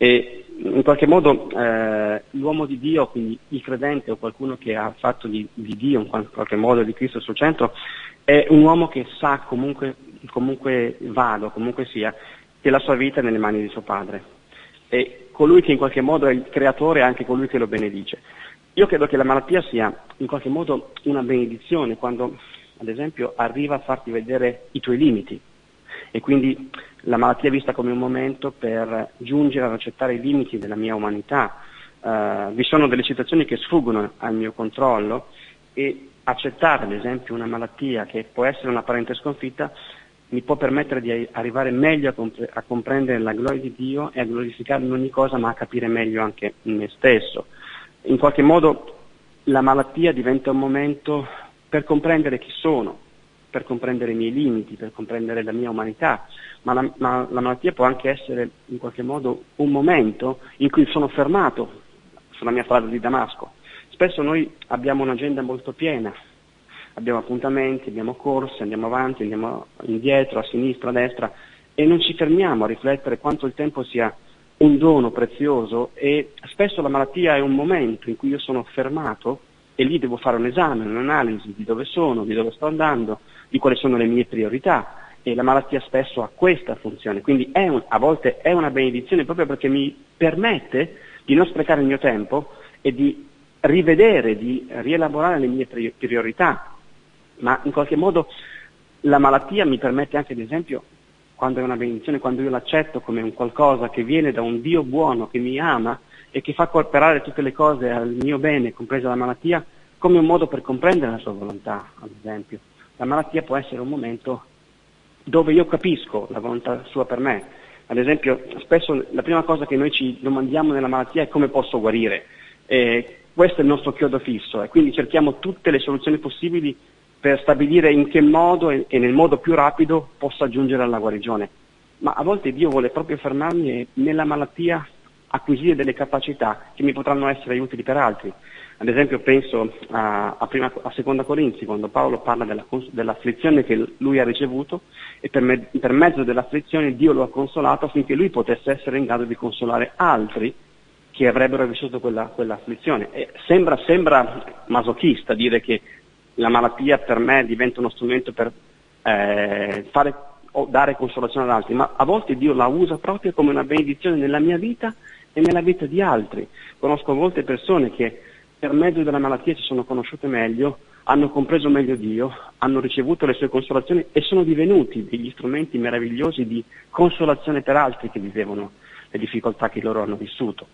Speaker 1: E in qualche modo eh, l'uomo di Dio, quindi il credente o qualcuno che ha fatto di, di Dio, in qualche modo di Cristo al suo centro, è un uomo che sa comunque, comunque vada, comunque sia, che la sua vita è nelle mani di suo padre. E colui che in qualche modo è il creatore è anche colui che lo benedice. Io credo che la malattia sia in qualche modo una benedizione quando, ad esempio, arriva a farti vedere i tuoi limiti. E quindi la malattia è vista come un momento per giungere ad accettare i limiti della mia umanità. Uh, vi sono delle situazioni che sfuggono al mio controllo, e accettare, ad esempio, una malattia che può essere un'apparente sconfitta mi può permettere di arrivare meglio a, compre- a comprendere la gloria di Dio e a glorificare in ogni cosa, ma a capire meglio anche me stesso. In qualche modo la malattia diventa un momento per comprendere chi sono, per comprendere i miei limiti, per comprendere la mia umanità, ma la, ma la malattia può anche essere in qualche modo un momento in cui sono fermato sulla mia strada di Damasco. Spesso noi abbiamo un'agenda molto piena, abbiamo appuntamenti, abbiamo corse, andiamo avanti, andiamo indietro, a sinistra, a destra, e non ci fermiamo a riflettere quanto il tempo sia un dono prezioso. E spesso la malattia è un momento in cui io sono fermato e lì devo fare un esame, un'analisi di dove sono, di dove sto andando, di quali sono le mie priorità, e la malattia spesso ha questa funzione. Quindi è un, a volte è una benedizione proprio perché mi permette di non sprecare il mio tempo e di rivedere, di rielaborare le mie priorità. Ma in qualche modo la malattia mi permette anche, ad esempio, quando è una benedizione, quando io l'accetto come un qualcosa che viene da un Dio buono che mi ama e che fa cooperare tutte le cose al mio bene, compresa la malattia, come un modo per comprendere la sua volontà, ad esempio. La malattia può essere un momento dove io capisco la volontà sua per me. Ad esempio, spesso la prima cosa che noi ci domandiamo nella malattia è come posso guarire. E questo è il nostro chiodo fisso, e quindi cerchiamo tutte le soluzioni possibili per stabilire in che modo e, e nel modo più rapido possa giungere alla guarigione. Ma a volte Dio vuole proprio fermarmi e nella malattia acquisire delle capacità che mi potranno essere utili per altri. Ad esempio penso a, a, prima, a Seconda Corinzi, quando Paolo parla della, dell'afflizione che lui ha ricevuto, e per, me, per mezzo dell'afflizione Dio lo ha consolato affinché lui potesse essere in grado di consolare altri che avrebbero vissuto quella, quell'afflizione. E sembra, sembra masochista dire che la malattia per me diventa uno strumento per eh, fare o dare consolazione ad altri, ma a volte Dio la usa proprio come una benedizione nella mia vita e nella vita di altri. Conosco molte persone che per mezzo della malattia si sono conosciute meglio, hanno compreso meglio Dio, hanno ricevuto le sue consolazioni e sono divenuti degli strumenti meravigliosi di consolazione per altri che vivevano le difficoltà che loro hanno vissuto.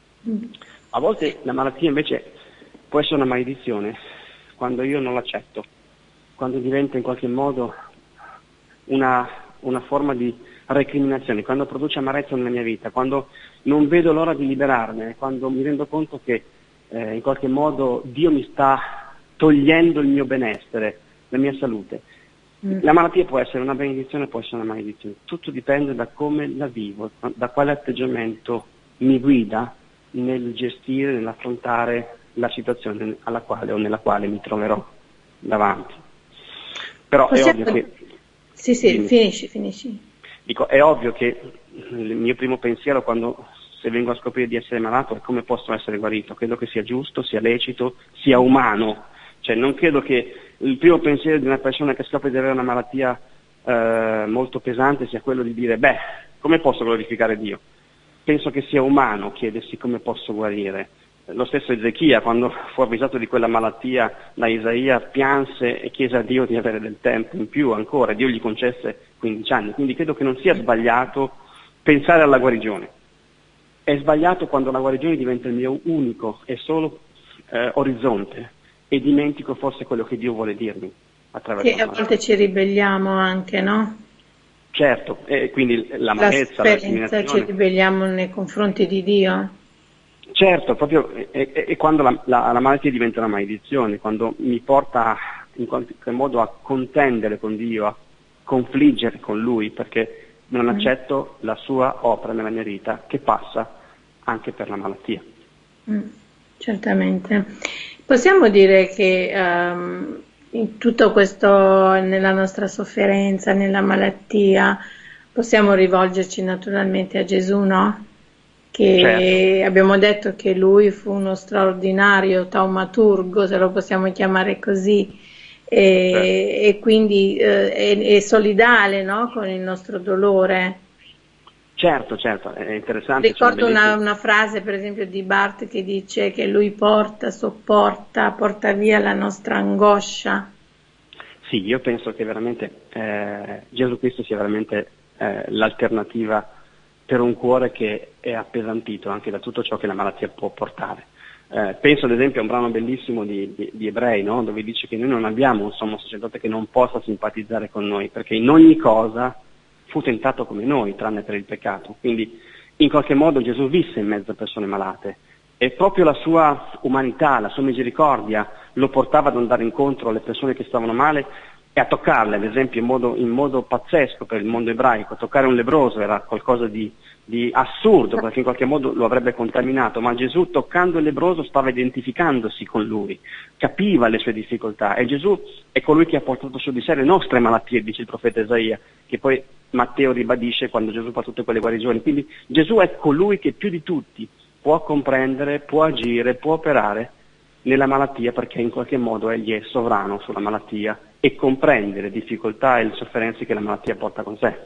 Speaker 1: A volte la malattia invece può essere una maledizione quando io non l'accetto, quando diventa in qualche modo una, una forma di recriminazione, quando produce amarezza nella mia vita, quando non vedo l'ora di liberarmene, quando mi rendo conto che eh, in qualche modo Dio mi sta togliendo il mio benessere, la mia salute. Mm. La malattia può essere una benedizione, può essere una maledizione, tutto dipende da come la vivo, da quale atteggiamento mi guida nel gestire, nell'affrontare la situazione alla quale o nella quale mi troverò davanti. Però Possiamo... è ovvio che...
Speaker 3: Sì, sì, Dimmi. finisci, finisci.
Speaker 1: Dico, è ovvio che il mio primo pensiero quando se vengo a scoprire di essere malato è come posso essere guarito. Credo che sia giusto, sia lecito, sia umano. Cioè non credo che il primo pensiero di una persona che scopre di avere una malattia eh, molto pesante sia quello di dire beh, come posso glorificare Dio? Penso che sia umano chiedersi come posso guarire. Lo stesso Ezechia, quando fu avvisato di quella malattia da Isaia, pianse e chiese a Dio di avere del tempo in più ancora. Dio gli concesse quindici anni, quindi credo che non sia sbagliato pensare alla guarigione. È sbagliato quando la guarigione diventa il mio unico e solo eh, orizzonte e dimentico forse quello che Dio vuole dirmi attraverso
Speaker 3: la malattia. Che a volte ci ribelliamo anche, no?
Speaker 1: Certo, e quindi l'amarezza, la, la discriminazione.
Speaker 3: Ci ribelliamo nei confronti di Dio.
Speaker 1: Certo, proprio è, è, è quando la, la, la malattia diventa una maledizione, quando mi porta in qualche modo a contendere con Dio, a confliggere con Lui, perché non accetto mm. la sua opera nella mia vita, che passa anche per la malattia.
Speaker 3: Mm, certamente. Possiamo dire che um, in tutto questo, nella nostra sofferenza, nella malattia, possiamo rivolgerci naturalmente a Gesù, no? Che certo. Abbiamo detto che lui fu uno straordinario taumaturgo, se lo possiamo chiamare così, e, certo. e quindi eh, è, è solidale, no? Con il nostro dolore.
Speaker 1: Certo, certo, è interessante.
Speaker 3: Ricordo una, una frase per esempio di Barth che dice che lui porta, sopporta, porta via la nostra angoscia.
Speaker 1: Sì, io penso che veramente eh, Gesù Cristo sia veramente eh, l'alternativa per un cuore che è appesantito anche da tutto ciò che la malattia può portare. Eh, penso ad esempio a un brano bellissimo di, di, di Ebrei, no? Dove dice che noi non abbiamo un sommo sacerdote che non possa simpatizzare con noi, perché in ogni cosa fu tentato come noi, tranne per il peccato. Quindi in qualche modo Gesù visse in mezzo a persone malate e proprio la sua umanità, la sua misericordia lo portava ad andare incontro alle persone che stavano male e a toccarle, ad esempio in modo, in modo pazzesco per il mondo ebraico. Toccare un lebbroso era qualcosa di, di assurdo, perché in qualche modo lo avrebbe contaminato, ma Gesù toccando il lebbroso stava identificandosi con lui, capiva le sue difficoltà, e Gesù è colui che ha portato su di sé le nostre malattie, dice il profeta Isaia, che poi Matteo ribadisce quando Gesù fa tutte quelle guarigioni. Quindi Gesù è colui che più di tutti può comprendere, può agire, può operare nella malattia, perché in qualche modo egli è sovrano sulla malattia e comprende le difficoltà e le sofferenze che la malattia porta con sé.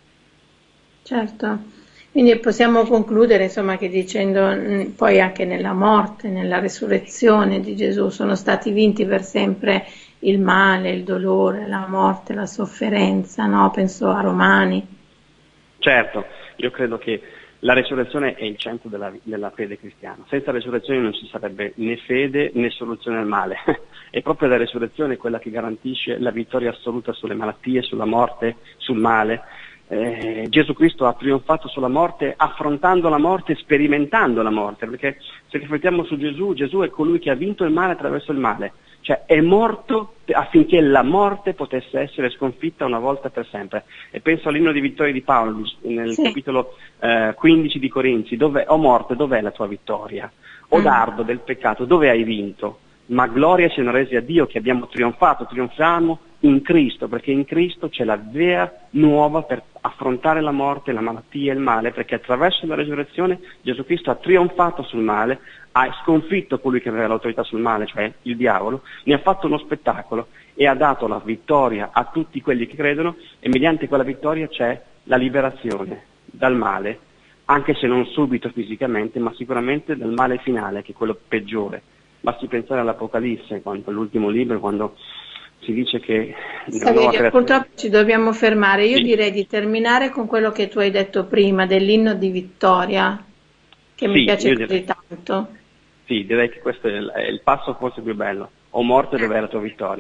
Speaker 3: Certo, quindi possiamo concludere insomma che dicendo mh, poi anche nella morte, nella resurrezione di Gesù sono stati vinti per sempre il male, il dolore, la morte, la sofferenza, no? Penso a Romani.
Speaker 1: Certo, io credo che la resurrezione è il centro della, della fede cristiana. Senza resurrezione non ci sarebbe né fede né soluzione al male. È proprio la resurrezione quella che garantisce la vittoria assoluta sulle malattie, sulla morte, sul male. Eh, Gesù Cristo ha trionfato sulla morte affrontando la morte, sperimentando la morte, perché se riflettiamo su Gesù, Gesù è colui che ha vinto il male attraverso il male. Cioè è morto affinché la morte potesse essere sconfitta una volta per sempre. E penso all'inno di vittoria di Paolo nel sì. capitolo eh, quindici di Corinzi, dove o morte, dov'è la tua vittoria? O mm. dardo del peccato, dove hai vinto? Ma gloria siano resi a Dio che abbiamo trionfato, trionfiamo in Cristo, perché in Cristo c'è la via nuova per affrontare la morte, la malattia e il male, perché attraverso la resurrezione Gesù Cristo ha trionfato sul male, ha sconfitto colui che aveva l'autorità sul male, cioè il diavolo, ne ha fatto uno spettacolo e ha dato la vittoria a tutti quelli che credono, e mediante quella vittoria c'è la liberazione dal male, anche se non subito fisicamente, ma sicuramente dal male finale, che è quello peggiore. Basti pensare all'Apocalisse, quando, all'ultimo libro, quando si dice che...
Speaker 3: Saverio, purtroppo ci dobbiamo fermare. Io sì. direi di terminare con quello che tu hai detto prima, dell'inno di vittoria, che sì, mi piace così direi. tanto.
Speaker 1: Sì, direi che questo è il, è il passo forse più bello. O morte, dov'è la tua vittoria?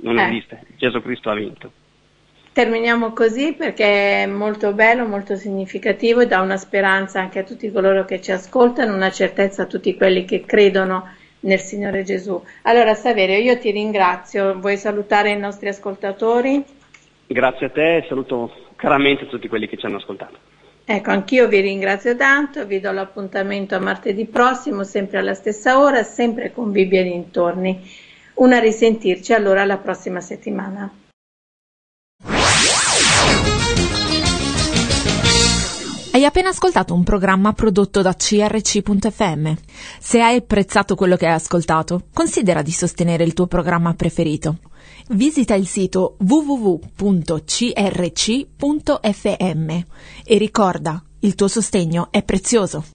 Speaker 1: non
Speaker 3: Eh.
Speaker 1: esiste, Gesù Cristo ha vinto.
Speaker 3: Terminiamo così perché è molto bello, molto significativo e dà una speranza anche a tutti coloro che ci ascoltano, una certezza a tutti quelli che credono nel Signore Gesù. Allora Saverio, io ti ringrazio, vuoi salutare i nostri ascoltatori?
Speaker 1: Grazie a te e saluto caramente tutti quelli che ci hanno ascoltato.
Speaker 3: Ecco, anch'io vi ringrazio tanto, vi do l'appuntamento a martedì prossimo, sempre alla stessa ora, sempre con Bibbia e dintorni. Una risentirci allora la prossima settimana.
Speaker 5: Hai appena ascoltato un programma prodotto da C R C punto F M. Se hai apprezzato quello che hai ascoltato, considera di sostenere il tuo programma preferito. Visita il sito w w w punto c r c punto f m e ricorda, il tuo sostegno è prezioso.